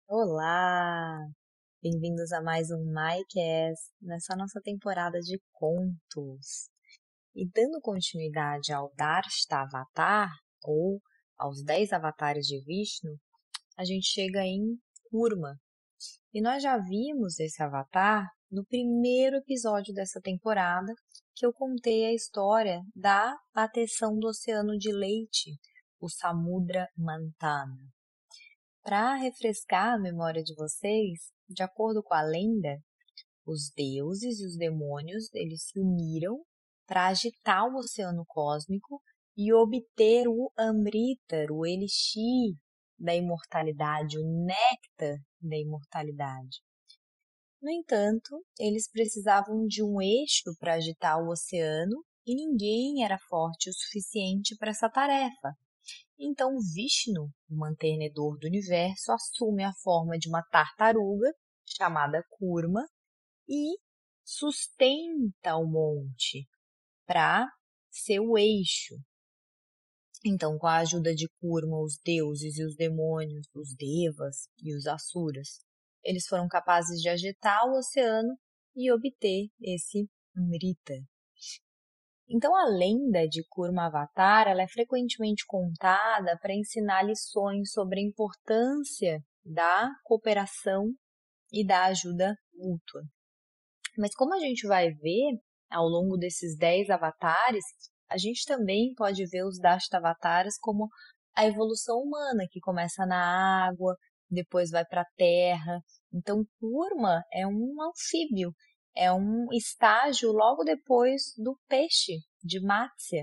Olá! Bem-vindos a mais um MyCast, nessa nossa temporada de contos. E dando continuidade ao Dashtavatar, ou aos 10 avatares de Vishnu, a gente chega em Kurma. E nós já vimos esse avatar no primeiro episódio dessa temporada, que eu contei a história da bateção do Oceano de Leite, o Samudra Mantana. Para refrescar a memória de vocês, de acordo com a lenda, os deuses e os demônios eles se uniram para agitar o oceano cósmico e obter o Amrita, o elixir da imortalidade, o néctar da imortalidade. No entanto, eles precisavam de um eixo para agitar o oceano e ninguém era forte o suficiente para essa tarefa. Então Vishnu, o mantenedor do universo, assume a forma de uma tartaruga, chamada Kurma, e sustenta o monte para ser o eixo. Então, com a ajuda de Kurma, os deuses e os demônios, os devas e os asuras, eles foram capazes de agitar o oceano e obter esse Amrita. Então, a lenda de Kurmavatar ela é frequentemente contada para ensinar lições sobre a importância da cooperação e da ajuda mútua. Mas como a gente vai ver ao longo desses 10 avatares, a gente também pode ver os Dashtavataras como a evolução humana, que começa na água, depois vai para a terra. Então, Kurma é um anfíbio, é um estágio logo depois do peixe, de Matsya.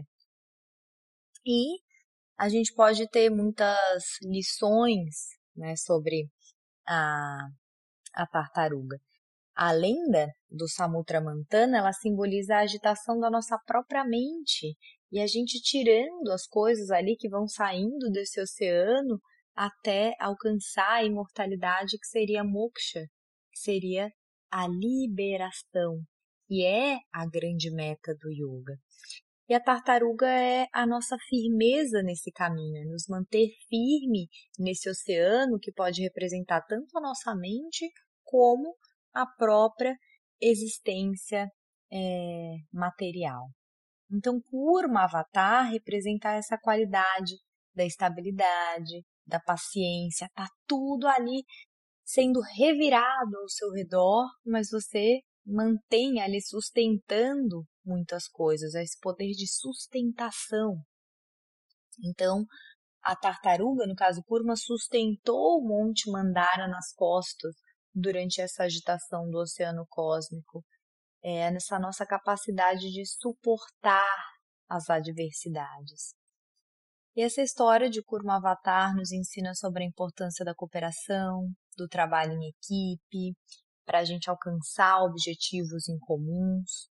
E a gente pode ter muitas lições, né, sobre a, a tartaruga. A lenda do Samudramantana, ela simboliza a agitação da nossa própria mente e a gente tirando as coisas ali que vão saindo desse oceano até alcançar a imortalidade que seria moksha, que seria a liberação, que é a grande meta do yoga. E a tartaruga é a nossa firmeza nesse caminho, é nos manter firme nesse oceano que pode representar tanto a nossa mente como a própria existência material. Então, Kurma Avatar representa essa qualidade da estabilidade, da paciência, tá tudo ali sendo revirado ao seu redor, mas você mantém ali sustentando muitas coisas, esse poder de sustentação. Então, a tartaruga, no caso Kurma, sustentou o Monte Mandara nas costas durante essa agitação do oceano cósmico, nessa nossa capacidade de suportar as adversidades. E essa história de Kurmavatar nos ensina sobre a importância da cooperação, do trabalho em equipe, para a gente alcançar objetivos em comuns.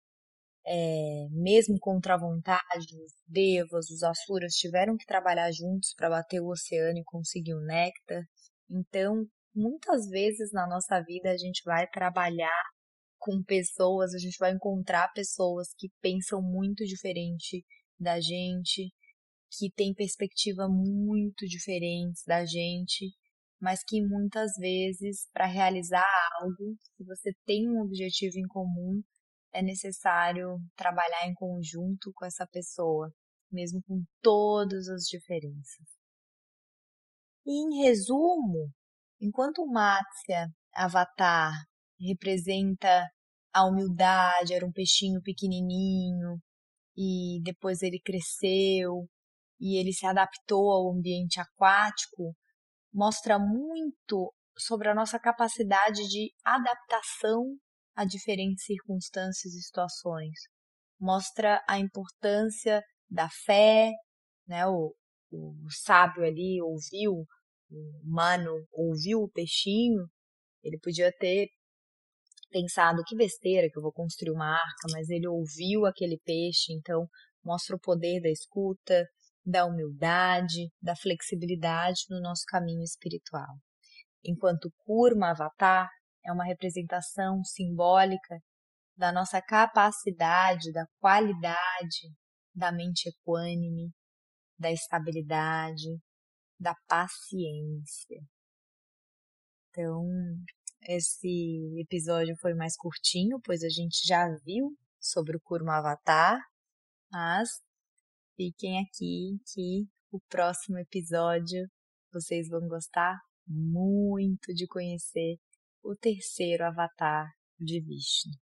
Mesmo contra a vontade, os devas, os asuras tiveram que trabalhar juntos para bater o oceano e conseguir o néctar. Então, muitas vezes na nossa vida a gente vai trabalhar com pessoas, a gente vai encontrar pessoas que pensam muito diferente da gente, que têm perspectiva muito diferentes da gente, mas que muitas vezes, para realizar algo, se você tem um objetivo em comum, é necessário trabalhar em conjunto com essa pessoa, mesmo com todas as diferenças. E em resumo, enquanto o Matsya Avatar representa a humildade, era um peixinho pequenininho e depois ele cresceu e ele se adaptou ao ambiente aquático, mostra muito sobre a nossa capacidade de adaptação a diferentes circunstâncias e situações. Mostra a importância da fé, né? O sábio ali ouviu, o humano ouviu o peixinho, ele podia ter pensado que besteira que eu vou construir uma arca, mas ele ouviu aquele peixe, então mostra o poder da escuta, da humildade, da flexibilidade no nosso caminho espiritual. Enquanto Kurma Avatar é uma representação simbólica da nossa capacidade, da qualidade da mente equânime, da estabilidade, da paciência. Então, esse episódio foi mais curtinho, pois a gente já viu sobre o Kurma Avatar, mas fiquem aqui que o próximo episódio vocês vão gostar muito de conhecer o terceiro avatar de Vishnu.